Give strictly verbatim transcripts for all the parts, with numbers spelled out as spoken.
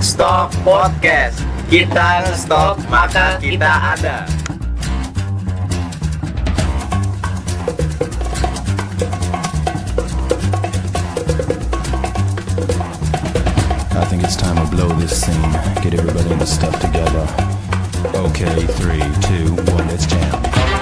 Foxtalk Podcast. Kita nge-stalk maka kita ada. I think it's time to blow this scene. Get everybody in the stuff together. Okay, three, two, one, let's jam.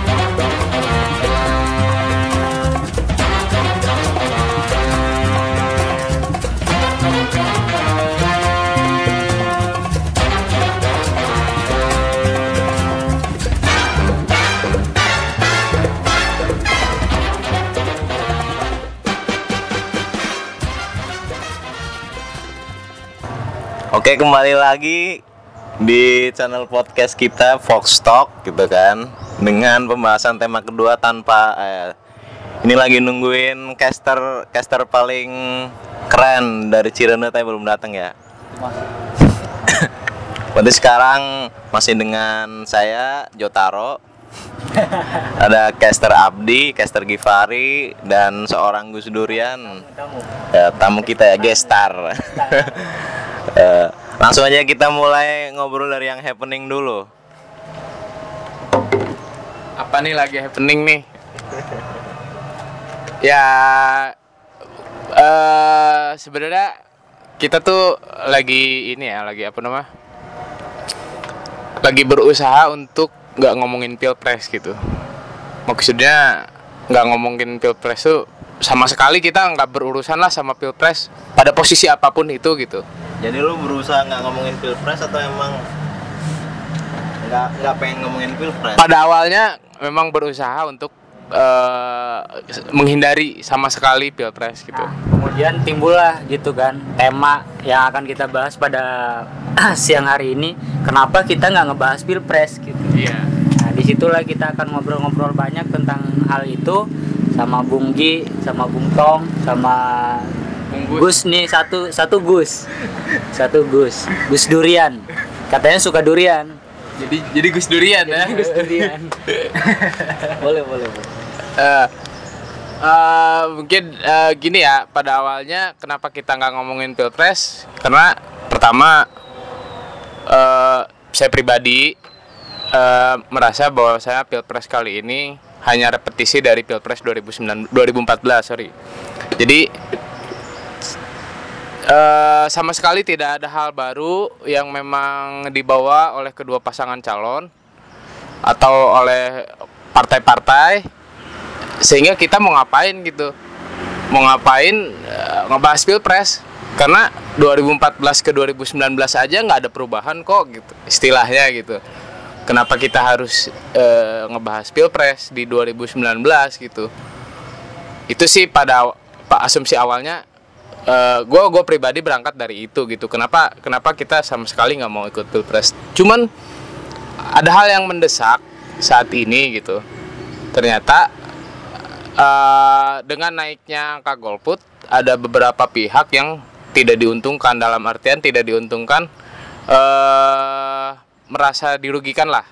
Oke, kembali lagi di channel podcast kita Foxtalk gitu kan, dengan pembahasan tema kedua tanpa eh, ini lagi nungguin caster caster paling keren dari Cirende tapi belum datang ya. Berarti sekarang masih dengan saya Jotaro. Ada caster Abdi, caster Givari, dan seorang Gus Durian. Ya, tamu kita ya, gestar. Uh, langsung aja kita mulai ngobrol dari yang happening dulu. Apa nih lagi happening nih? Ya, uh, sebenarnya kita tuh lagi ini ya, lagi apa nama? Lagi berusaha untuk nggak ngomongin pilpres gitu. Maksudnya nggak ngomongin pilpres tuh sama sekali kita nggak berurusan lah sama pilpres pada posisi apapun itu gitu. Jadi lu berusaha nggak ngomongin pilpres atau emang nggak nggak pengen ngomongin pilpres? Pada awalnya memang berusaha untuk uh, menghindari sama sekali pilpres gitu. Nah, kemudian timbullah gitu kan tema yang akan kita bahas pada siang hari ini. Kenapa kita nggak ngebahas pilpres gitu? Iya. Nah, disitulah kita akan ngobrol-ngobrol banyak tentang hal itu sama Bung Gi, sama Bung Tong, sama Gus nih satu satu Gus, satu Gus, Gus Durian, katanya suka durian. Jadi jadi Gus Durian ya. Gus Durian. boleh boleh. boleh. Uh, uh, mungkin uh, gini ya, pada awalnya kenapa kita nggak ngomongin pilpres? Karena pertama uh, saya pribadi uh, merasa bahwa saya pilpres kali ini hanya repetisi dari pilpres dua ribu sembilan dua ribu empat belas sorry. Jadi Uh, sama sekali tidak ada hal baru yang memang dibawa oleh kedua pasangan calon atau oleh partai-partai, sehingga kita mau ngapain gitu, mau ngapain uh, ngebahas pilpres, karena dua ribu empat belas ke dua ribu sembilan belas aja nggak ada perubahan kok gitu istilahnya gitu. Kenapa kita harus uh, ngebahas pilpres di dua ribu sembilan belas gitu? Itu sih pada pak asumsi awalnya. Uh, gue gue pribadi berangkat dari itu gitu. Kenapa kenapa kita sama sekali nggak mau ikut pilpres? Cuman ada hal yang mendesak saat ini gitu. Ternyata uh, dengan naiknya angka golput, ada beberapa pihak yang tidak diuntungkan, dalam artian tidak diuntungkan, uh, merasa dirugikan lah.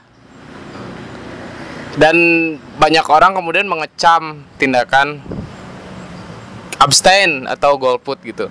Dan banyak orang kemudian mengecam tindakan abstain atau golput gitu.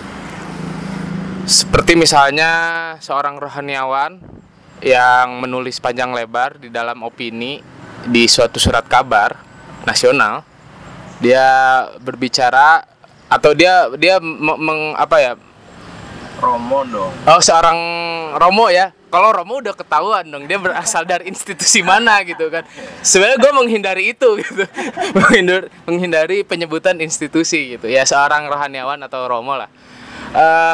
Seperti misalnya seorang rohaniawan yang menulis panjang lebar di dalam opini di suatu surat kabar nasional. Dia berbicara atau dia dia meng, apa ya? Romo dong. Oh, seorang Romo ya. Kalau Romo udah ketahuan dong, dia berasal dari institusi mana gitu kan. Sebenarnya gue menghindari itu gitu. menghindari, menghindari penyebutan institusi gitu. Ya seorang rohaniawan atau Romo lah. Uh,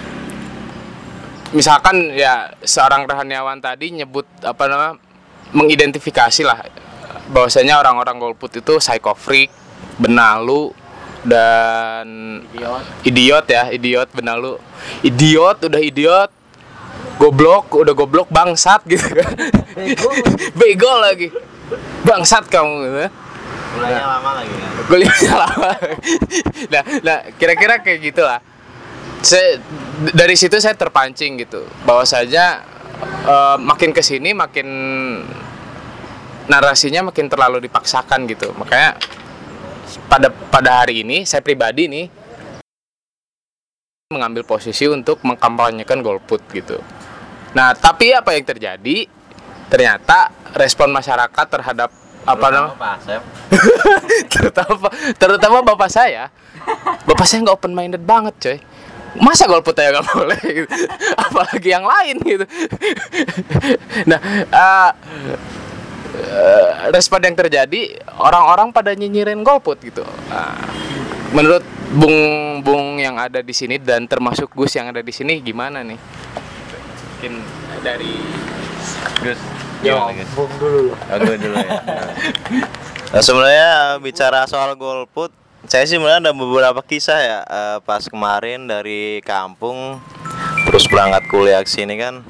misalkan ya seorang rohaniawan tadi nyebut apa namanya, mengidentifikasi lah bahwasanya orang-orang golput itu psycho-freak, benalu, dan Idiot. idiot ya, idiot, benalu, idiot, udah idiot, goblok, udah goblok, bangsat gitu kan. Bego. Bego lagi. Bangsat kamu gitu. Mulainya lama lagi ya. Kuliahnya lama. nah, nah, kira-kira kayak gitulah. Saya dari situ saya terpancing gitu. Bahwasanya uh, makin kesini makin narasinya makin terlalu dipaksakan gitu. Makanya pada pada hari ini saya pribadi nih mengambil posisi untuk mengkampanyekan golput gitu. Nah, tapi apa yang terjadi? Ternyata respon masyarakat terhadap apa namanya? Pak Asep. terutama terutama bapak saya. Bapak saya nggak open minded banget, coy. Masa golput aja nggak boleh gitu. Apalagi yang lain gitu. Nah, uh, uh, respon yang terjadi orang-orang pada nyinyirin golput gitu. Uh, menurut Bung Bung yang ada di sini dan termasuk Gus yang ada di sini gimana nih? Mungkin dari Gus. Yo, Gimana, Gus? Bung dulu. Aku dulu ya. Nah, sebenarnya bicara soal golput, saya sih sebenarnya ada beberapa kisah ya eh, pas kemarin dari kampung terus berangkat kuliah ke sini kan.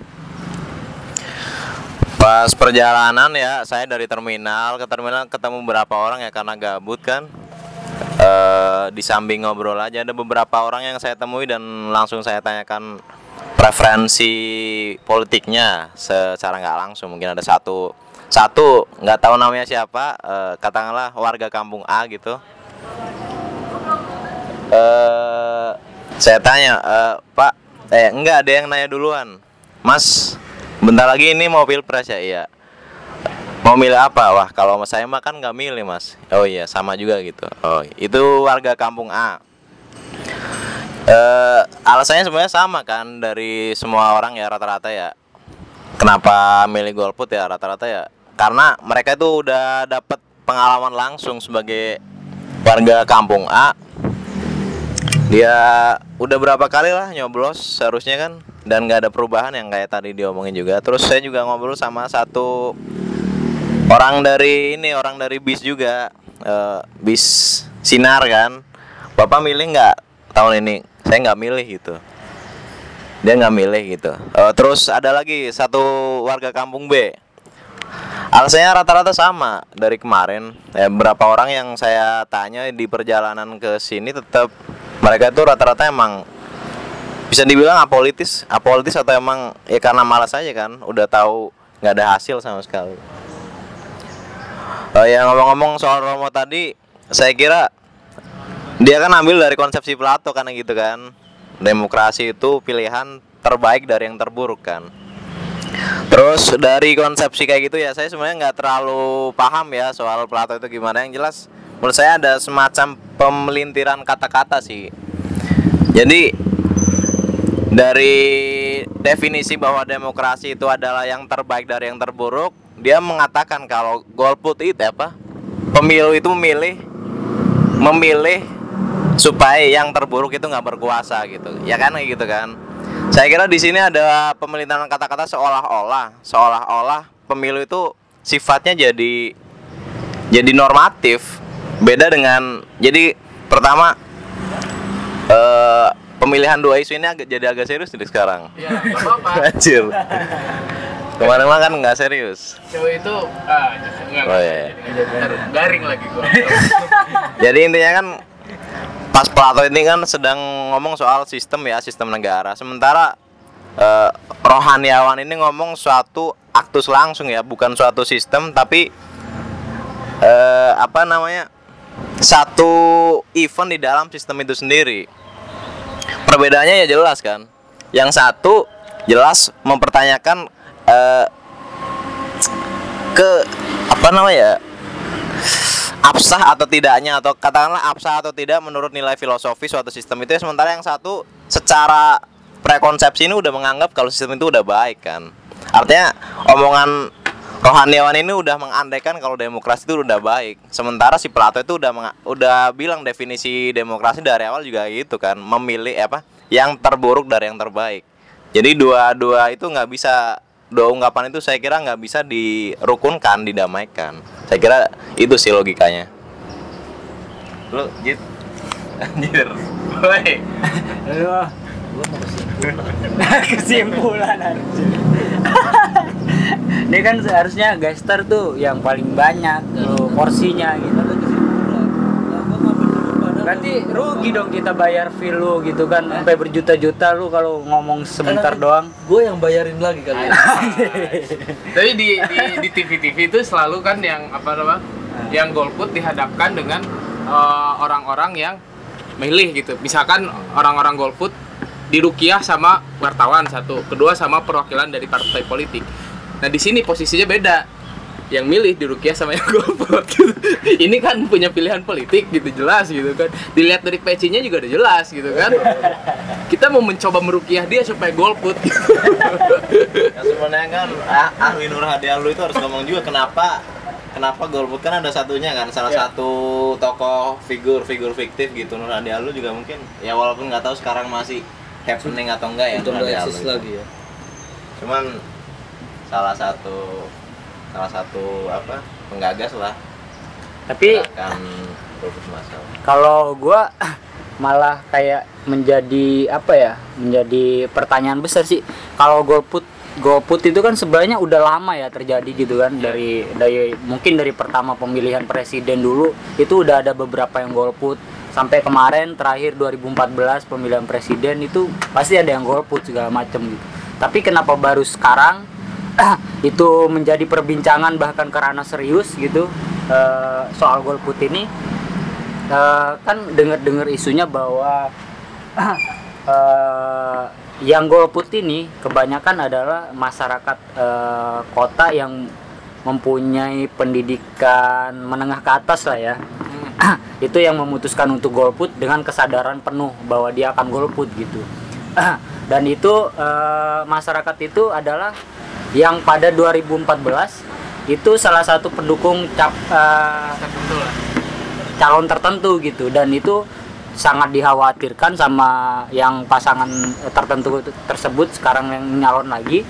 Pas perjalanan ya, saya dari terminal ke terminal ketemu beberapa orang ya karena gabut kan. Eh, di samping ngobrol aja ada beberapa orang yang saya temui dan langsung saya tanyakan preferensi politiknya secara nggak langsung. Mungkin ada satu satu nggak tahu namanya siapa, eh, katakanlah warga kampung A gitu. Eh, saya tanya, eh, Pak, eh enggak ada yang nanya duluan, Mas. Bentar lagi ini mau pilpres ya, iya. Mau milih apa? Wah, kalau saya mah kan nggak milih, Mas. Oh iya, sama juga gitu. Oh, itu warga kampung A. Uh, alasannya sebenarnya sama kan dari semua orang ya rata-rata ya. Kenapa milih golput ya rata-rata ya? Karena mereka itu udah dapat pengalaman langsung sebagai warga kampung A. Dia udah berapa kali lah nyoblos seharusnya kan, dan nggak ada perubahan yang kayak tadi diomongin juga. Terus saya juga ngobrol sama satu orang dari ini, orang dari bis juga, uh, bis Sinar kan. Bapak milih nggak tahun ini? Saya nggak milih gitu. Dia nggak milih gitu. Uh, terus ada lagi satu warga kampung B. Alasannya rata-rata sama dari kemarin. Eh, berapa orang yang saya tanya di perjalanan ke sini tetap mereka itu rata-rata emang bisa dibilang apolitis, apolitis atau emang ya karena malas aja kan. Udah tahu nggak ada hasil sama sekali. Uh, yang ngomong-ngomong soal Romo tadi, saya kira dia kan ambil dari konsepsi Plato kan gitu kan. Demokrasi itu pilihan terbaik dari yang terburuk kan. Terus dari konsepsi kayak gitu ya saya sebenarnya nggak terlalu paham ya soal Plato itu gimana. Yang jelas menurut saya ada semacam pemelintiran kata-kata sih. Jadi dari definisi bahwa demokrasi itu adalah yang terbaik dari yang terburuk, dia mengatakan kalau golput itu apa? Pemilu itu memilih memilih supaya yang terburuk itu nggak berkuasa gitu, ya kan kayak gitu kan. Saya kira di sini ada pemerintahan kata-kata seolah-olah, seolah-olah pemilu itu sifatnya jadi jadi normatif, beda dengan jadi pertama eh, pemilihan dua isu ini agak jadi agak serius nih sekarang. ya, apa-apa. Anjir. Kemarin mah kan nggak serius. Cewek itu ah, enggak, Oh, iya. garing lagi gua. Jadi intinya kan pas Plato ini kan sedang ngomong soal sistem ya, sistem negara. Sementara eh, rohaniawan ini ngomong suatu aktus langsung ya, bukan suatu sistem tapi eh, apa namanya? Satu event di dalam sistem itu sendiri. Perbedaannya ya jelas kan. Yang satu jelas mempertanyakan eh, ke apa namanya? Absah atau tidaknya, atau katakanlah absah atau tidak menurut nilai filosofi suatu sistem itu ya. Sementara yang satu secara prekonsepsi ini udah menganggap kalau sistem itu udah baik kan. Artinya omongan rohaniawan ini udah mengandaikan kalau demokrasi itu udah baik. Sementara si Plato itu udah menga- udah bilang definisi demokrasi dari awal juga gitu kan, memilih apa yang terburuk dari yang terbaik. Jadi dua-dua itu nggak bisa, dua ungkapan itu saya kira nggak bisa dirukunkan, didamaikan. Saya kira itu sih logikanya. Lu Jit. Anjir. Woi. Aduh. Kesimpulan harusnya. Ini kan seharusnya gangster tuh yang paling banyak tuh porsinya gitu. Berarti rugi dong kita bayar fee lu gitu kan, sampai berjuta-juta lu kalau ngomong sebentar doang. Gue yang bayarin lagi kali. Tapi di, di di T V T V itu selalu kan yang apa namanya? Yang golput dihadapkan dengan uh, orang-orang yang milih gitu. Misalkan orang-orang golput dirukiah sama wartawan satu, kedua sama perwakilan dari partai politik. Nah di sini posisinya beda, yang milih dirukiah sama yang golput gitu. Ini kan punya pilihan politik gitu, jelas gitu kan, dilihat dari pecinya juga udah jelas gitu kan. Kita mau mencoba merukiah dia supaya golput gitu. Ya sebenarnya kan ah, Ahli Nur Hadi Allu itu harus ngomong juga kenapa kenapa golput, kan ada satunya kan, salah Ya. satu tokoh figur-figur fiktif gitu. Nur Hadi Allu juga mungkin ya walaupun nggak tahu sekarang masih happening atau enggak ya Untuk Nur Hadi nggak Allu eksis itu. lagi ya. Cuman salah satu salah satu apa penggagas lah Tapi gerakan golput massal. kalau gua malah kayak menjadi apa ya, menjadi pertanyaan besar sih. Kalau golput golput itu kan sebenarnya udah lama ya terjadi gitu kan, dari dari mungkin dari pertama pemilihan presiden dulu itu udah ada beberapa yang golput, sampai kemarin terakhir dua ribu empat belas pemilihan presiden itu pasti ada yang golput segala macam gitu. Tapi kenapa baru sekarang itu menjadi perbincangan bahkan ke ranah serius gitu, eh, soal golput ini? Eh, kan dengar-dengar isunya bahwa eh, yang golput ini kebanyakan adalah masyarakat eh, kota yang mempunyai pendidikan menengah ke atas lah ya. Itu yang memutuskan untuk golput dengan kesadaran penuh bahwa dia akan golput gitu. Dan itu eh, masyarakat itu adalah yang pada dua ribu empat belas itu salah satu pendukung cap, eh, calon tertentu gitu, dan itu sangat dikhawatirkan sama yang pasangan tertentu tersebut sekarang yang nyalon lagi.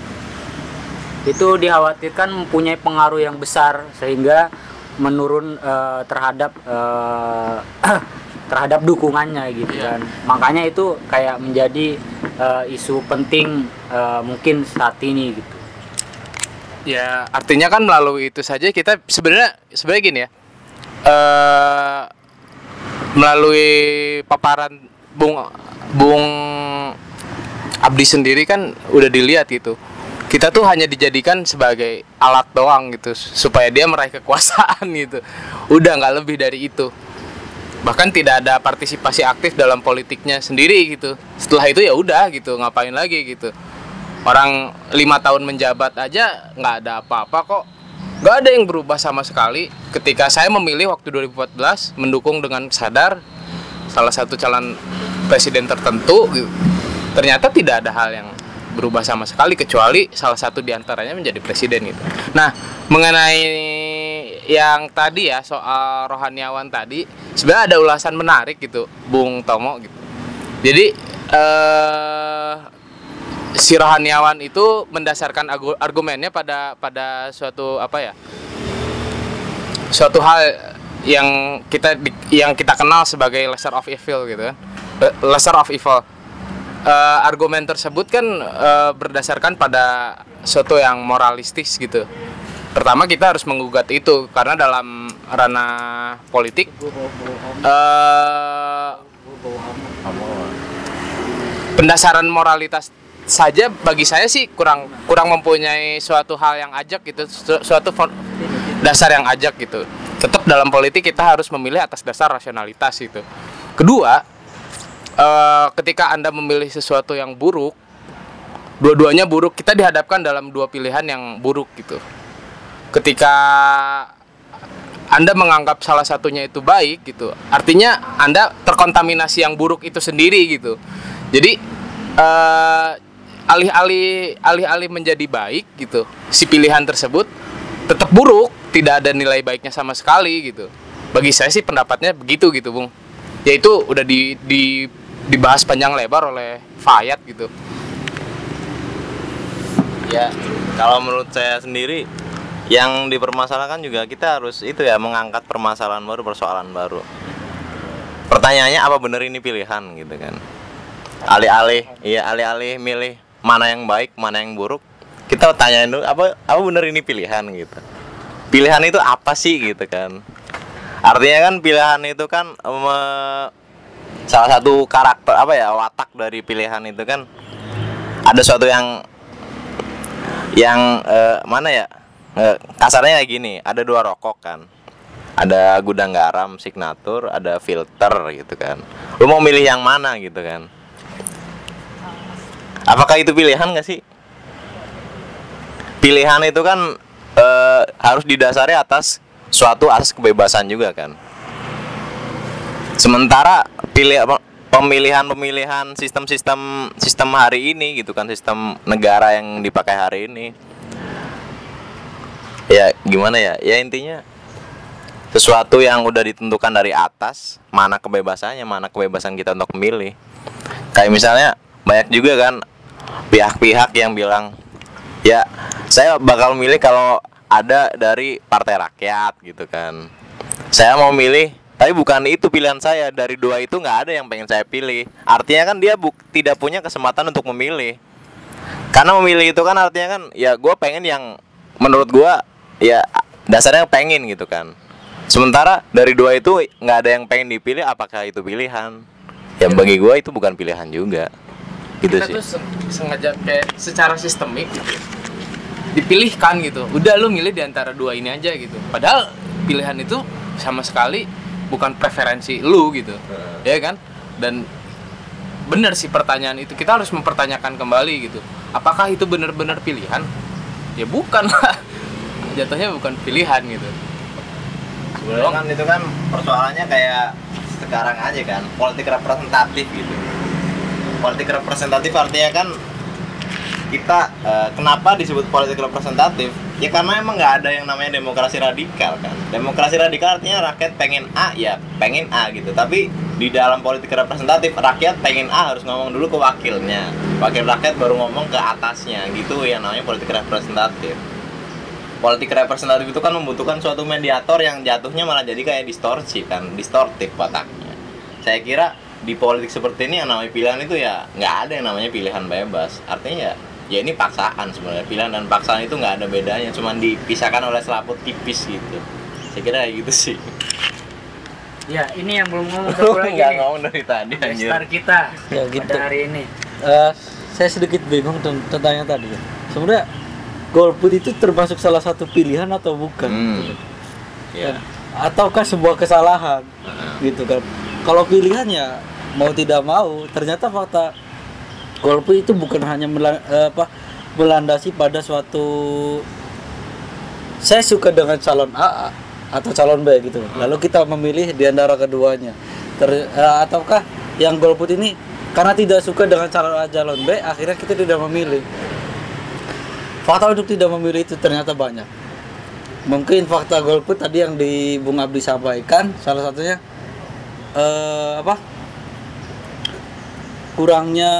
Itu dikhawatirkan mempunyai pengaruh yang besar sehingga menurun eh, terhadap eh, terhadap dukungannya gitu Iya. kan. Makanya itu kayak menjadi eh, isu penting eh, mungkin saat ini gitu. Ya artinya kan melalui itu saja kita sebenarnya sebenarnya gini ya, eh melalui paparan Bung Bung Abdi sendiri kan udah dilihat gitu. Kita tuh hanya dijadikan sebagai alat doang gitu supaya dia meraih kekuasaan gitu. Udah nggak lebih dari itu. Bahkan tidak ada partisipasi aktif dalam politiknya sendiri gitu. Setelah itu ya udah gitu, ngapain lagi gitu. Orang lima tahun menjabat aja nggak ada apa-apa kok. Nggak ada yang berubah sama sekali. Ketika saya memilih waktu dua ribu empat belas mendukung dengan sadar salah satu calon presiden tertentu gitu, ternyata tidak ada hal yang berubah sama sekali kecuali salah satu diantaranya menjadi presiden gitu. Nah mengenai yang tadi ya soal rohaniawan tadi, sebenarnya ada ulasan menarik gitu Bung Tomo gitu. Jadi eh, si rohaniawan itu mendasarkan argu- argumennya pada pada suatu apa ya, suatu hal yang kita di- yang kita kenal sebagai lesser of evil gitu kan. Le- lesser of evil. Eh, argumen tersebut kan eh, berdasarkan pada suatu yang moralistis gitu. Pertama kita harus menggugat itu karena dalam ranah politik eh, pendasaran moralitas saja bagi saya sih kurang kurang mempunyai suatu hal yang ajak gitu, su- suatu fo- dasar yang ajak gitu. Tetap dalam politik kita harus memilih atas dasar rasionalitas itu. Kedua, eh, ketika Anda memilih sesuatu yang buruk, dua-duanya buruk, kita dihadapkan dalam dua pilihan yang buruk gitu. Ketika Anda menganggap salah satunya itu baik gitu, artinya Anda terkontaminasi yang buruk itu sendiri gitu. Jadi eh, alih-alih alih-alih menjadi baik gitu, si pilihan tersebut tetap buruk, tidak ada nilai baiknya sama sekali gitu. Bagi saya sih pendapatnya begitu gitu, Bung. Yaitu udah di, di dibahas panjang lebar oleh Fayat gitu. Ya, kalau menurut saya sendiri yang dipermasalahkan juga kita harus itu ya, mengangkat permasalahan baru, persoalan baru. Pertanyaannya apa benar ini pilihan gitu kan. Alih-alih iya alih-alih milih mana yang baik, mana yang buruk, kita tanyain dulu apa apa benar ini pilihan gitu. Pilihan itu apa sih gitu kan. Artinya kan pilihan itu kan me- salah satu karakter apa ya, watak dari pilihan itu kan ada suatu yang yang eh, mana ya, eh, kasarnya kayak gini, ada dua rokok kan, ada gudang garam, signatur, ada filter gitu kan. Lu mau milih yang mana gitu kan. Apakah itu pilihan nggak sih? Pilihan itu kan eh, harus didasari atas suatu asas kebebasan juga kan. Sementara pilih apa pemilihan-pemilihan sistem-sistem sistem hari ini gitu kan, sistem negara yang dipakai hari ini. Ya gimana ya? Ya intinya sesuatu yang udah ditentukan dari atas, mana kebebasannya, mana kebebasan kita untuk memilih. Kayak misalnya banyak juga kan pihak-pihak yang bilang, ya saya bakal milih kalau ada dari partai rakyat gitu kan. Saya mau milih, tapi bukan itu pilihan saya. Dari dua itu nggak ada yang pengen saya pilih. Artinya kan dia buk, tidak punya kesempatan untuk memilih. Karena memilih itu kan artinya kan, ya gue pengen yang menurut gue ya dasarnya pengen gitu kan. Sementara dari dua itu nggak ada yang pengen dipilih, apakah itu pilihan? Ya bagi gue itu bukan pilihan juga. Gitu Kita sih. tuh sengaja kayak secara sistemik dipilihkan gitu. Udah lu milih di antara dua ini aja gitu. Padahal pilihan itu sama sekali bukan preferensi lu gitu. Ya kan? Dan benar sih pertanyaan itu, kita harus mempertanyakan kembali gitu. Apakah itu benar-benar pilihan? Ya bukan lah. Jatuhnya bukan pilihan gitu. Sebenarnya kan itu kan persoalannya kayak sekarang aja kan, politik representatif gitu. Politik representatif artinya kan kita eh, kenapa disebut politik representatif? Ya karena emang nggak ada yang namanya demokrasi radikal kan. Demokrasi radikal artinya rakyat pengen A ya pengen A gitu. Tapi di dalam politik representatif rakyat pengen A harus ngomong dulu ke wakilnya. Wakil rakyat baru ngomong ke atasnya gitu yang namanya politik representatif. Politik representatif itu kan membutuhkan suatu mediator yang jatuhnya malah jadi kayak distorsi kan, distortif wataknya. Saya kira di politik seperti ini yang namanya pilihan itu ya nggak ada yang namanya pilihan bebas. Artinya ya, ya ini paksaan sebenarnya. Pilihan dan paksaan itu nggak ada bedanya, cuma dipisahkan oleh selaput tipis gitu. Saya kira kayak gitu sih. Ya, ini yang belum ngomong satu lagi nggak nih. ngomong dari tadi anjir. Gestar kita Ya, gitu. pada hari ini. Eh, saya sedikit bingung ten- tentang yang tadi. Sebenarnya golput itu termasuk salah satu pilihan atau bukan? Hmm. Ya. Ataukah sebuah kesalahan? Gitu kan. Kalau pilihan ya mau tidak mau, ternyata fakta golput itu bukan hanya mela- eh, apa melandasi pada suatu saya suka dengan calon A atau calon B gitu. Lalu kita memilih di antara keduanya. Ter- eh, ataukah yang golput ini karena tidak suka dengan calon A calon B, akhirnya kita tidak memilih. Fakta untuk tidak memilih itu ternyata banyak. Mungkin fakta golput tadi yang di Bung Abdi sampaikan, salah satunya eh, apa? Kurangnya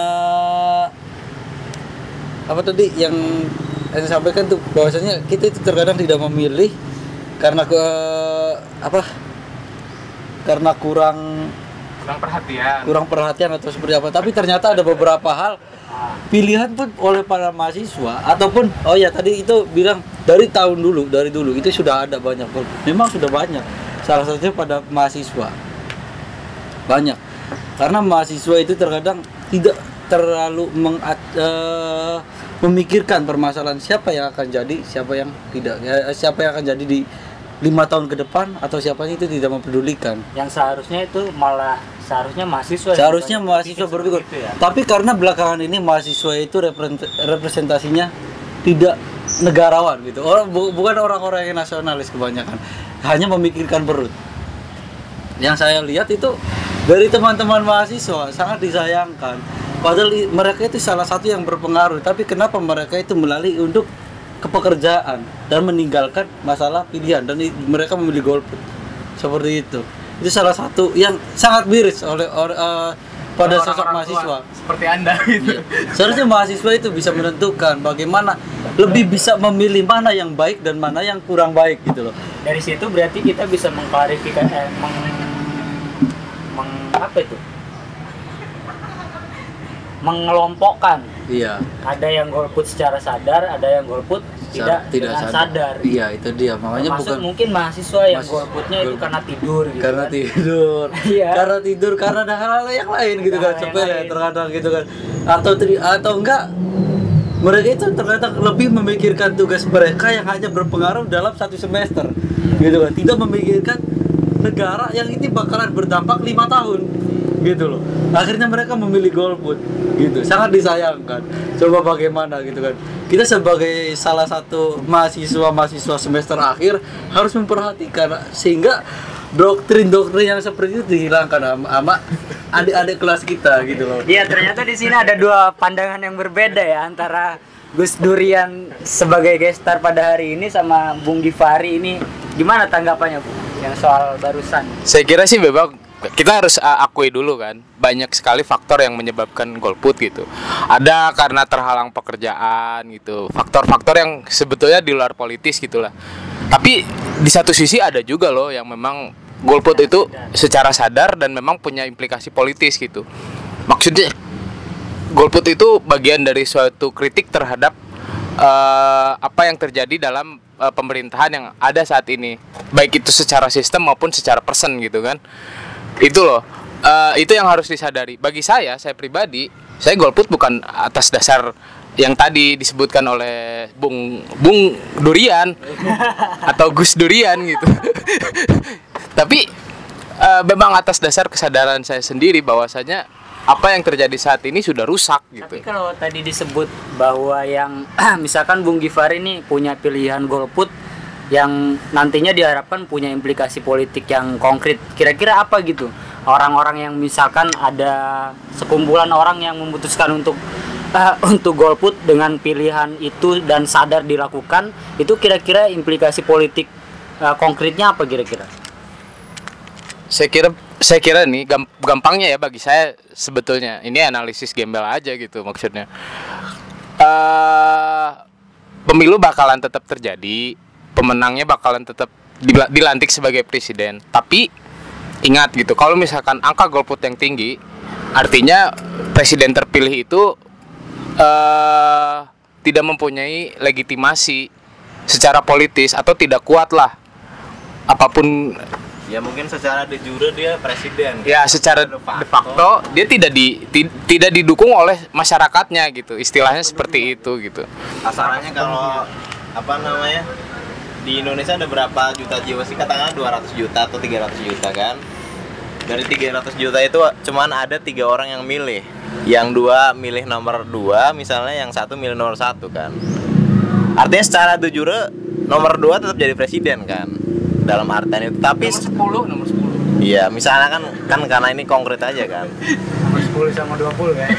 apa tadi yang yang disampaikan tuh bahwasanya kita itu terkadang tidak memilih karena ke apa? Karena kurang Kurang perhatian. kurang perhatian atau seperti apa. Tapi ternyata ada beberapa hal pilihan pun oleh para mahasiswa ataupun oh ya tadi itu bilang dari tahun dulu dari dulu itu sudah ada banyak, memang sudah banyak, salah satunya pada mahasiswa banyak karena mahasiswa itu terkadang tidak terlalu meng, uh, memikirkan permasalahan siapa yang akan jadi siapa yang tidak ya, siapa yang akan jadi di lima tahun ke depan atau siapanya itu tidak mempedulikan. Yang seharusnya itu malah seharusnya mahasiswa Seharusnya yang mahasiswa berpikir. gitu ya. Tapi karena belakangan ini mahasiswa itu reprent- representasinya tidak negarawan gitu. Orang bu- bukan orang-orang yang nasionalis kebanyakan. Hanya memikirkan perut. Yang saya lihat itu dari teman-teman mahasiswa sangat disayangkan. Padahal i- mereka itu salah satu yang berpengaruh, tapi kenapa mereka itu melalui untuk kepekerjaan dan meninggalkan masalah pilihan dan i- mereka memilih golput. Seperti itu. Itu salah satu yang sangat miris oleh or, uh, pada Orang-orang sosok tua mahasiswa. seperti Anda gitu. Seharusnya mahasiswa itu bisa menentukan bagaimana lebih bisa memilih mana yang baik dan mana yang kurang baik gitu loh. Dari situ berarti kita bisa mengklarifikasi eh, meng, meng apa itu? Mengelompokkan. Iya. Ada yang golput secara sadar, ada yang golput tidak, dengan sadar. Iya, itu dia. Makanya Termasuk bukan mungkin mahasiswa yang Mahasiswa- golputnya itu golput. karena tidur gitu karena kan. tidur. Iya. Karena tidur karena ada hal-hal yang lain gitu kan, Hal-hal yang sepele lain. terkadang gitu kan. Atau tri- atau enggak mereka itu terkadang lebih memikirkan tugas mereka yang hanya berpengaruh dalam satu semester. Gitu kan. Tidak memikirkan negara yang ini bakalan berdampak lima tahun. gitu loh. Akhirnya mereka memilih golput gitu, sangat disayangkan. Coba bagaimana gitu kan, kita sebagai salah satu mahasiswa-mahasiswa semester akhir harus memperhatikan sehingga doktrin-doktrin yang seperti itu dihilangkan sama, sama adik-adik kelas kita gitu loh. Iya, ternyata di sini ada dua pandangan yang berbeda ya antara Gus Durian sebagai gestar pada hari ini sama Bung Givari ini. Gimana tanggapannya, Bu? Yang soal barusan. Saya kira sih memang kita harus uh, akui dulu kan, banyak sekali faktor yang menyebabkan golput gitu. Ada karena terhalang pekerjaan gitu, faktor-faktor yang sebetulnya di luar politis gitulah. Tapi di satu sisi ada juga loh yang memang golput itu secara sadar dan memang punya implikasi politis gitu. Maksudnya golput itu bagian dari suatu kritik terhadap uh, apa yang terjadi dalam uh, pemerintahan yang ada saat ini, baik itu secara sistem maupun secara person gitu kan. Itu loh, uh, itu yang harus disadari. Bagi saya, saya pribadi, saya golput bukan atas dasar yang tadi disebutkan oleh Bung Bung Durian atau Gus Durian gitu. Tapi uh, memang atas dasar kesadaran saya sendiri bahwasanya apa yang terjadi saat ini sudah rusak gitu. Tapi kalau tadi disebut bahwa yang misalkan Bung Givari ini punya pilihan golput yang nantinya diharapkan punya implikasi politik yang konkret, kira-kira apa gitu? Orang-orang yang misalkan ada sekumpulan orang yang memutuskan untuk uh, untuk golput dengan pilihan itu dan sadar dilakukan, itu kira-kira implikasi politik uh, konkretnya apa kira-kira? Saya kira saya kira nih gampangnya ya bagi saya sebetulnya ini analisis gembel aja gitu maksudnya. Uh, pemilu bakalan tetap terjadi, pemenangnya bakalan tetap dilantik sebagai presiden. Tapi ingat gitu, kalau misalkan angka golput yang tinggi, artinya presiden terpilih itu uh, tidak mempunyai legitimasi secara politis atau tidak kuat lah apapun. Ya mungkin secara de jure dia presiden. Ya secara de facto, de facto dia tidak di ti, tidak didukung oleh masyarakatnya gitu. Istilahnya seperti itu gitu. Asalnya kalau apa namanya? Di Indonesia ada berapa juta jiwa sih? Katakanlah dua ratus juta atau tiga ratus juta kan. Dari tiga ratus juta itu cuman ada tiga orang yang milih. Yang dua milih nomor dua, misalnya yang satu milih nomor satu kan. Artinya secara de jure nomor dua tetap jadi presiden kan. Dalam artian itu, tapi nomor sepuluh, nomor sepuluh. Iya, misalnya kan kan karena ini konkret aja kan. Nomor sepuluh sama dua puluh kan.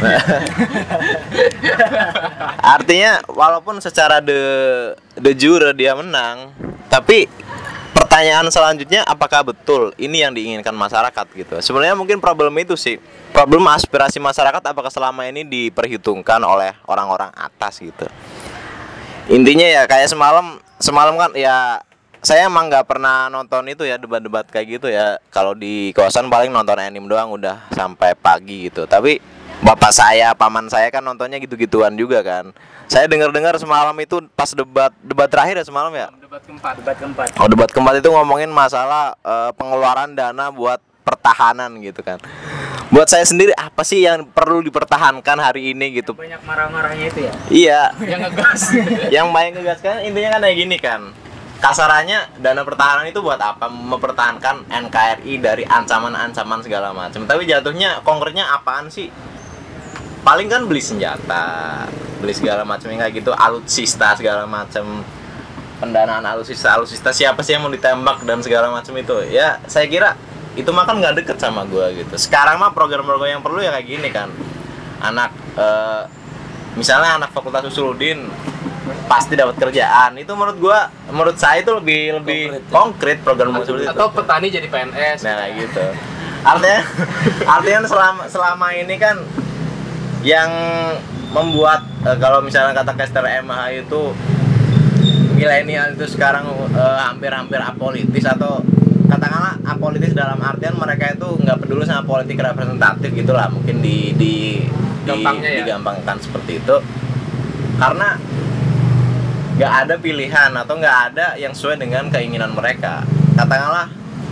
Artinya walaupun secara de de jure dia menang, tapi pertanyaan selanjutnya apakah betul ini yang diinginkan masyarakat gitu. Sebenarnya mungkin problem itu sih. Problem aspirasi masyarakat apakah selama ini diperhitungkan oleh orang-orang atas gitu. Intinya ya kayak semalam semalam kan ya saya emang nggak pernah nonton itu ya debat-debat kayak gitu ya. Kalau di kosan paling nonton anime doang udah sampai pagi gitu. Tapi bapak saya, paman saya kan nontonnya gitu-gituan juga kan. Saya dengar-dengar semalam itu pas debat debat terakhir ya semalam ya. Debat keempat. Debat keempat. Oh debat keempat itu ngomongin masalah uh, pengeluaran dana buat pertahanan gitu kan. Buat saya sendiri apa sih yang perlu dipertahankan hari ini gitu? Banyak marah-marahnya itu ya. Iya. Yang ngegas. Yang main ngegas kan intinya kan kayak gini kan. Kasarannya dana pertahanan itu buat apa? Mempertahankan N K R I dari ancaman-ancaman segala macam. Tapi jatuhnya konkretnya apaan sih? Paling kan beli senjata, beli segala macam yang kayak gitu, alutsista segala macam, pendanaan alutsista, alutsista siapa sih yang mau ditembak dan segala macam itu. Ya saya kira itu mah kan nggak deket sama gua gitu. Sekarang mah program-program yang perlu ya kayak gini kan. Anak eh, misalnya anak Fakultas Usuluddin pasti dapat kerjaan. Itu menurut gua, menurut saya itu lebih lebih konkret, konkret program seperti itu. Atau petani jadi P N S. Nah kayak gitu. Artinya artinya selama selama ini kan yang membuat uh, kalau misalnya kata caster M H itu milenial itu sekarang uh, hampir-hampir apolitis atau katakanlah apolitis dalam artian mereka itu nggak peduli sama politik representatif gitulah mungkin di di, di ya? digampangkan seperti itu karena nggak ada pilihan atau nggak ada yang sesuai dengan keinginan mereka. Katakanlah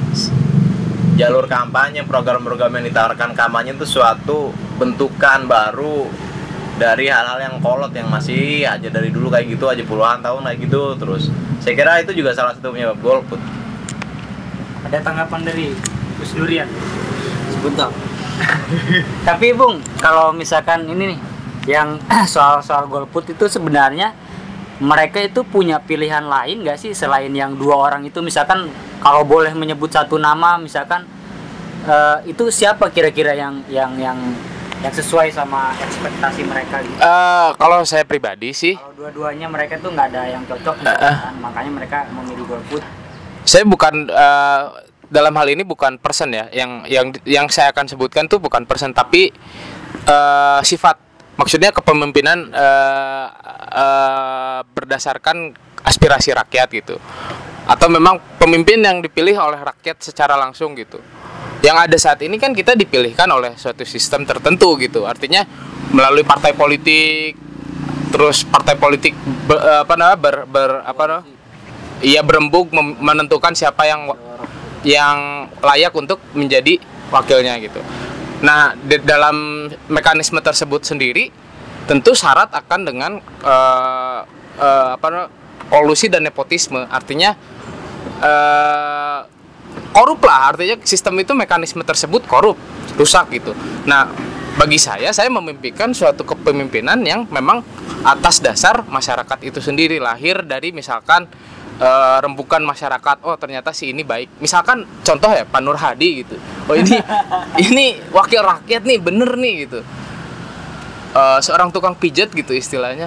jalur kampanye, program-program yang ditawarkan kampanye itu suatu bentukan baru dari hal-hal yang kolot yang masih aja dari dulu kayak gitu aja puluhan tahun kayak gitu terus. Saya kira itu juga salah satu penyebab golput. Ada tanggapan dari Gus Durian? Sebentar. Tapi Bung, kalau misalkan ini nih yang soal-soal golput itu sebenarnya mereka itu punya pilihan lain nggak sih selain yang dua orang itu? Misalkan kalau boleh menyebut satu nama, misalkan uh, itu siapa kira-kira yang yang yang yang sesuai sama ekspektasi mereka gitu? Uh, kalau saya pribadi sih, Kalau dua-duanya mereka tuh nggak ada yang cocok, misalkan, makanya mereka memilih golput. saya bukan uh, dalam hal ini bukan person ya, yang yang yang saya akan sebutkan tuh bukan person tapi uh, sifat. Maksudnya kepemimpinan uh, uh, berdasarkan aspirasi rakyat gitu, atau memang pemimpin yang dipilih oleh rakyat secara langsung gitu. Yang ada saat ini kan kita dipilihkan oleh suatu sistem tertentu gitu, artinya melalui partai politik, terus partai politik be, apa namanya ber, ber apa namanya, ia berembuk mem- menentukan siapa yang yang layak untuk menjadi wakilnya gitu. Nah, di dalam mekanisme tersebut sendiri tentu syarat akan dengan uh, uh, apa namanya, kolusi dan nepotisme. Artinya uh, korup lah, artinya sistem itu mekanisme tersebut korup, rusak gitu. Nah, bagi saya saya memimpikan suatu kepemimpinan yang memang atas dasar masyarakat itu sendiri, lahir dari misalkan Uh, rembukan masyarakat. Oh, ternyata si ini baik. Misalkan contoh ya Pak Nur Hadi gitu. Oh, ini ini wakil rakyat nih, bener nih gitu. Uh, seorang tukang pijat gitu istilahnya.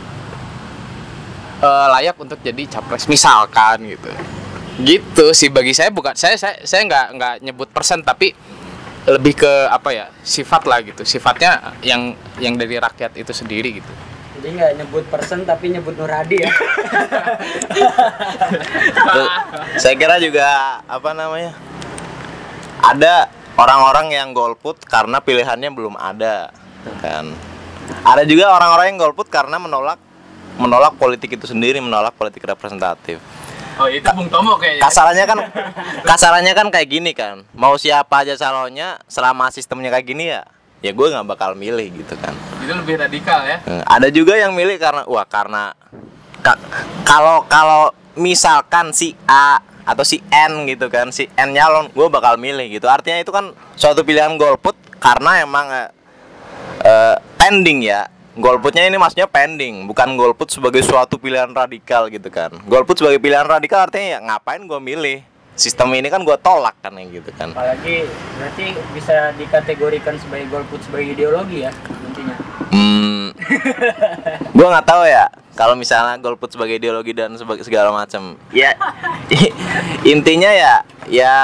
Uh, layak untuk jadi capres misalkan gitu. Gitu sih bagi saya, bukan saya saya saya nggak nggak nyebut persen tapi lebih ke apa ya? Sifat lah gitu. Sifatnya yang yang dari rakyat itu sendiri gitu. Jadi nggak nyebut person tapi nyebut Nur Hadi ya. Terus, saya kira juga apa namanya, ada orang-orang yang golput karena pilihannya belum ada kan. Ada juga orang-orang yang golput karena menolak menolak politik itu sendiri, menolak politik representatif. Oh, itu Bung Tomo kayaknya. Kasarannya kan kasarannya kan kayak gini kan, mau siapa aja calonnya selama sistemnya kayak gini ya ya gue nggak bakal milih gitu kan. Itu lebih radikal ya. Ada juga yang milih karena wah karena ka, kalau kalau misalkan si A atau si N gitu kan, si N nyalon, gue bakal milih gitu. Artinya itu kan suatu pilihan golput karena emang uh, uh, pending ya. Golputnya ini maksudnya pending, bukan golput sebagai suatu pilihan radikal gitu kan. Golput sebagai pilihan radikal artinya ya ngapain gue milih? Sistem ini kan gue tolak kan yang gitu kan. Apalagi berarti bisa dikategorikan sebagai golput sebagai ideologi ya intinya. Hmm, gue nggak tahu ya kalau misalnya golput sebagai ideologi dan sebagai segala macam. Ya intinya ya ya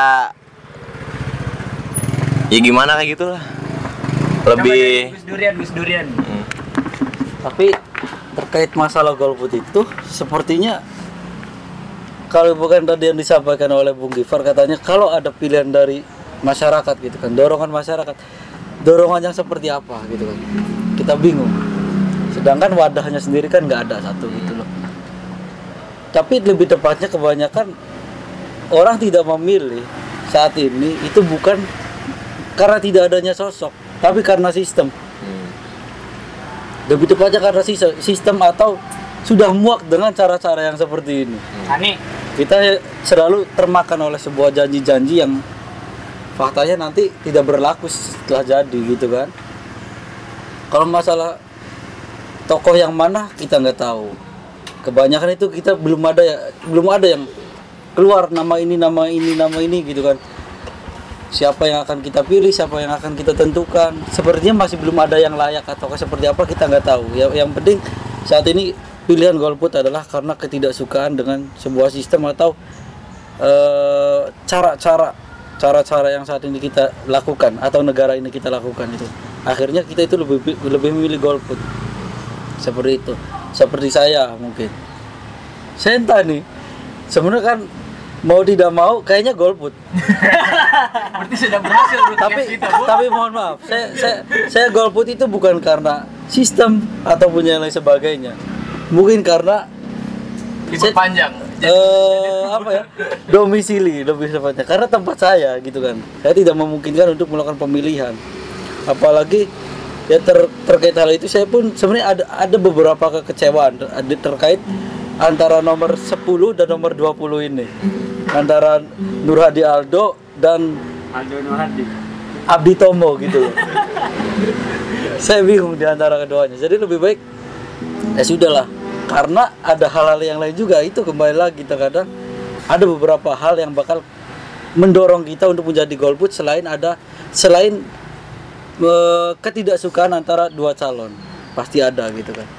ya gimana kayak gitulah. Lebih Gus Durian, Gus Durian. Hmm. Tapi terkait masalah golput itu sepertinya kalau bukan tadi yang disampaikan oleh Bung Gifar, katanya kalau ada pilihan dari masyarakat gitu kan, dorongan masyarakat, dorongan yang seperti apa gitu kan, kita bingung. Sedangkan wadahnya sendiri kan nggak ada satu gitu loh. Tapi lebih tepatnya kebanyakan orang tidak memilih saat ini itu bukan karena tidak adanya sosok, tapi karena sistem. Lebih tepatnya karena sistem atau sudah muak dengan cara-cara yang seperti ini. Ani, Kita selalu termakan oleh sebuah janji-janji yang faktanya nanti tidak berlaku setelah jadi gitu kan. Kalau masalah tokoh yang mana kita nggak tahu. Kebanyakan itu kita belum ada ya, belum ada yang keluar nama ini, nama ini, nama ini gitu kan. Siapa yang akan kita pilih, siapa yang akan kita tentukan. Sepertinya masih belum ada yang layak atau seperti apa kita nggak tahu. Yang, yang penting saat ini pilihan golput adalah karena ketidaksukaan dengan sebuah sistem atau uh, cara-cara cara-cara yang saat ini kita lakukan atau negara ini kita lakukan itu. Akhirnya kita itu lebih lebih memilih golput. Seperti itu. Seperti saya mungkin. Saya entah nih. Sebenarnya kan mau tidak mau kayaknya golput. Berarti sudah berhasil tapi tapi mohon maaf, saya saya saya golput itu bukan karena sistem ataupun yang lain sebagainya. Mungkin karena libur panjang. Eh apa ya? Domisili lebih tepatnya. Karena tempat saya gitu kan. Saya tidak memungkinkan untuk melakukan pemilihan. Apalagi ya ter, terkait hal itu saya pun sebenarnya ada ada beberapa kekecewaan ada terkait antara nomor sepuluh dan nomor dua puluh ini. Antara Nur Hadi Aldo dan Aldo Nur Hadi. Abdi Tomo gitu loh. Saya bingung di antara keduanya. Jadi lebih baik ya sudahlah. Karena ada hal-hal yang lain juga, itu kembali lagi terkadang ada beberapa hal yang bakal mendorong kita untuk menjadi golput selain ada selain e, ketidaksukaan antara dua calon. Pasti ada gitu kan.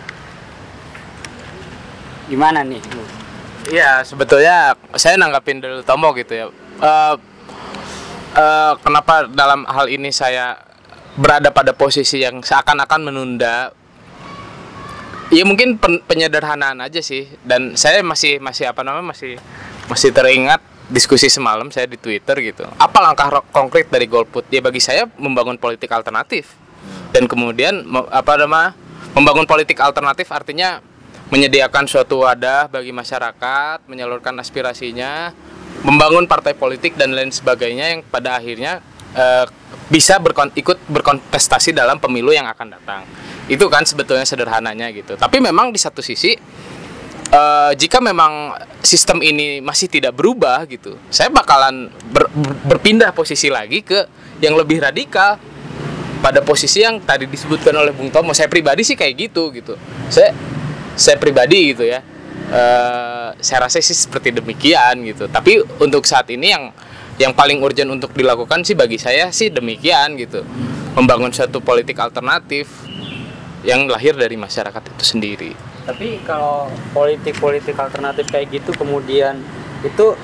Gimana nih? Iya, sebetulnya saya nanggapin dari Tomo gitu ya. Uh, uh, kenapa dalam hal ini saya berada pada posisi yang seakan-akan menunda? Ya mungkin pen- penyederhanaan aja sih. Dan saya masih masih apa namanya masih masih teringat diskusi semalam saya di Twitter gitu. Apa langkah ro- konkret dari golput? Ya bagi saya membangun politik alternatif. Dan kemudian me- apa nama membangun politik alternatif artinya menyediakan suatu wadah bagi masyarakat, menyalurkan aspirasinya, membangun partai politik dan lain sebagainya yang pada akhirnya e, bisa berkon- ikut berkontestasi dalam pemilu yang akan datang. Itu kan sebetulnya sederhananya gitu. Tapi memang di satu sisi e, jika memang sistem ini masih tidak berubah gitu, saya bakalan ber- berpindah posisi lagi ke yang lebih radikal. Pada posisi yang tadi disebutkan oleh Bung Tomo, saya pribadi sih kayak gitu gitu. Saya saya pribadi gitu ya, uh, saya rasa sih seperti demikian gitu. Tapi untuk saat ini yang yang paling urgent untuk dilakukan sih bagi saya sih demikian gitu, membangun suatu politik alternatif yang lahir dari masyarakat itu sendiri. Tapi kalau politik-politik alternatif kayak gitu kemudian itu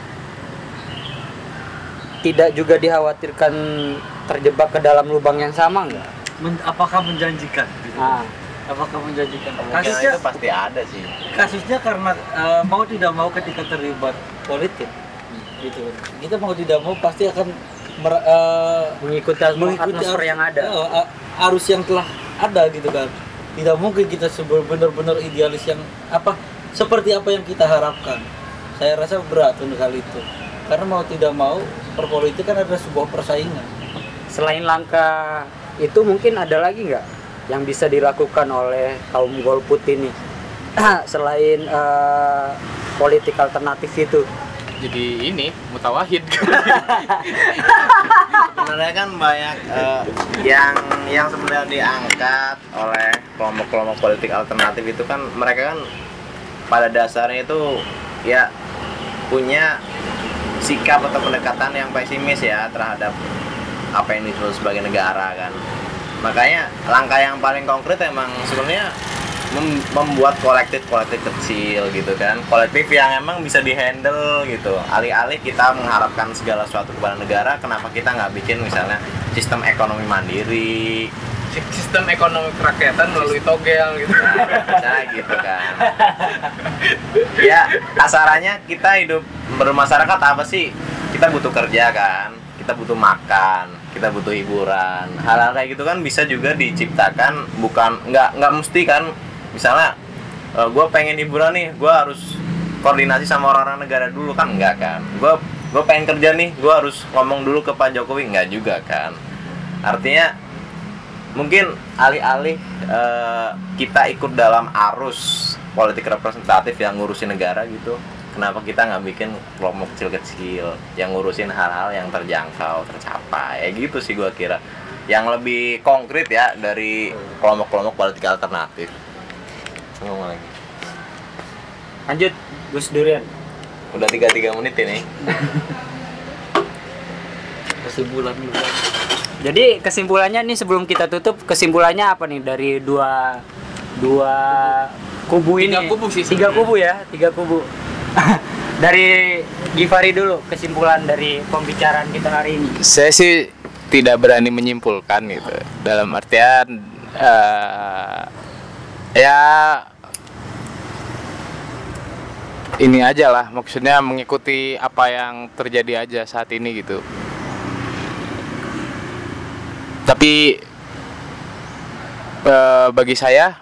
tidak juga dikhawatirkan terjebak ke dalam lubang yang sama nggak? Men- apakah menjanjikan gitu? Nah, Apakah menjanjikan? Kemungkinan Kasusnya itu pasti ada sih. kasusnya karena uh, mau tidak mau ketika terlibat politik gitu kan. Kita mau tidak mau pasti akan mer- uh, mengikuti, atmosfer arus- yang ada. uh, uh, arus yang telah ada gitu kan. Tidak mungkin kita sebe- benar-benar idealis yang apa seperti apa yang kita harapkan. Saya rasa berat untuk hal itu. Karena mau tidak mau perpolitik kan ada sebuah persaingan. Selain langkah itu mungkin ada lagi nggak yang bisa dilakukan oleh kaum golput ini selain uh, politik alternatif itu? Jadi ini mutawahid. Sebenarnya kan banyak eh, yang yang sebenarnya diangkat oleh kelompok-kelompok politik alternatif itu kan mereka kan pada dasarnya itu ya punya sikap atau pendekatan yang pesimis ya terhadap apa yang disebut sebagai negara kan. Makanya langkah yang paling konkret emang sebenarnya mem- membuat kolektif-kolektif kecil gitu kan, kolektif yang emang bisa dihandle gitu. Alih-alih kita mengharapkan segala sesuatu kepada negara, kenapa kita nggak bikin misalnya sistem ekonomi mandiri, Sistem ekonomi kerakyatan melalui togel gitu. nah gitu kan. Ya asarannya kita hidup bermasyarakat apa sih? Kita butuh kerja kan, kita butuh makan, kita butuh hiburan. Hal-hal kayak gitu kan bisa juga diciptakan, bukan nggak nggak mesti kan. Misalnya uh, gue pengen hiburan nih, gue harus koordinasi sama orang-orang negara dulu kan, enggak kan. Gue gue pengen kerja nih, gue harus ngomong dulu ke Pak Jokowi, enggak juga kan. Artinya mungkin alih-alih uh, kita ikut dalam arus politik representatif yang ngurusin negara gitu, kenapa kita nggak bikin kelompok kecil-kecil yang ngurusin hal-hal yang terjangkau, tercapai, ya gitu sih gua kira. Yang lebih konkret ya dari kelompok-kelompok politik alternatif. Ngomong lagi. Lanjut, Gus Durian. Udah tiga puluh tiga menit ini. Kesimpulan dulu. Jadi kesimpulannya nih sebelum kita tutup, kesimpulannya apa nih dari dua dua kubu ini? Tiga kubu sih Tiga sebenarnya. kubu ya, tiga kubu. Dari Givari dulu, kesimpulan dari pembicaraan kita hari ini. Saya sih tidak berani menyimpulkan gitu. Dalam artian uh, ya ini aja lah, maksudnya mengikuti apa yang terjadi aja saat ini gitu. Tapi uh, bagi saya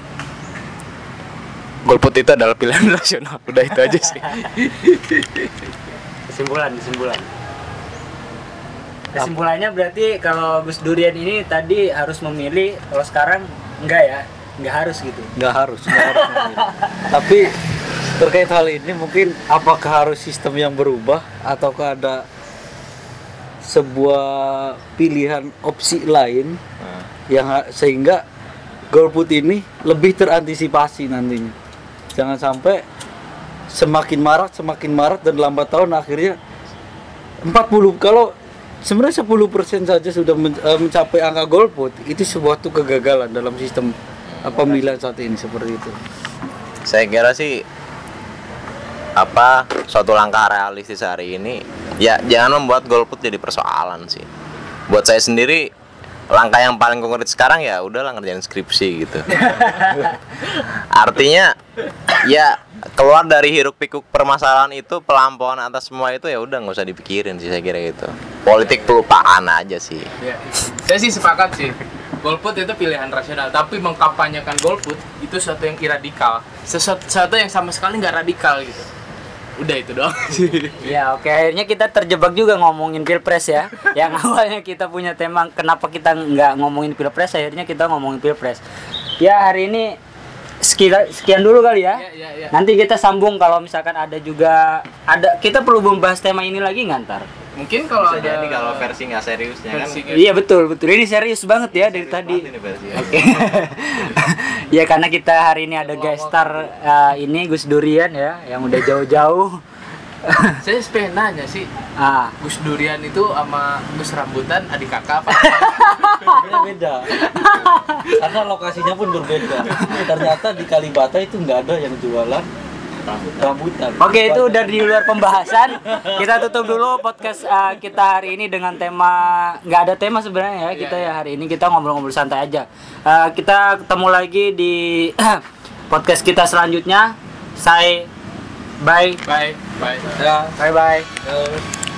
golput itu adalah pilihan rasional. Udah itu aja sih. Kesimpulan, kesimpulan. Kesimpulannya berarti kalau Gus Durian ini tadi harus memilih, kalau sekarang enggak ya, enggak harus gitu. Nggak harus, nggak harus memilih. Tapi terkait hal ini mungkin apakah harus sistem yang berubah ataukah ada sebuah pilihan opsi lain Nah. yang ha- sehingga golput ini lebih terantisipasi nantinya. Jangan sampai semakin marak semakin marak dan lambat tahun akhirnya empat puluh, kalau sebenarnya sepuluh persen saja sudah men- eh, mencapai angka golput, itu sebuah tuh kegagalan dalam sistem eh, pemilihan saat ini seperti itu. Saya kira sih apa suatu langkah realistis hari ini ya jangan membuat golput jadi persoalan sih. Buat saya sendiri langkah yang paling konkret sekarang ya udahlah ngerjain skripsi gitu. Artinya ya keluar dari hiruk pikuk permasalahan itu, pelampauan atas semua itu ya udah nggak usah dipikirin sih, saya kira gitu. Politik pelupaan aja sih. Ya, saya sih sepakat sih. Golput itu pilihan rasional, tapi mengkampanyekan golput itu sesuatu yang iradikal, sesuatu, sesuatu yang sama sekali nggak radikal gitu. Udah itu doang. Ya oke, akhirnya kita terjebak juga ngomongin pilpres ya. Yang awalnya kita punya tema kenapa kita nggak ngomongin pilpres, akhirnya kita ngomongin pilpres. Ya hari ini sekian, sekian dulu kali ya. Ya, ya, ya. Nanti kita sambung kalau misalkan ada juga ada kita perlu membahas tema ini lagi nggak ntar? Mungkin kalau Bisa ada jadi kalau versi nggak seriusnya kan. versi- Iya betul betul, ini serius banget ya dari Serius tadi. banget ini versi ya. Oke. Ya karena kita hari ini ada guest star uh, ini Gus Durian ya yang udah jauh-jauh. Saya pengen nanya sih, Ah, Gus Durian itu sama Gus Rambutan adik kakak apa? Sebenarnya beda. Karena lokasinya pun berbeda. Ternyata di Kalibata itu nggak ada yang jualan rambutan. Oke, itu udah di luar pembahasan. Kita tutup dulu podcast uh, kita hari ini dengan tema, nggak ada tema sebenarnya ya kita ya hari ini kita ngobrol-ngobrol santai aja. Uh, kita ketemu lagi di podcast kita selanjutnya. Saya bye Bye, bye. Ya, bye bye. ya.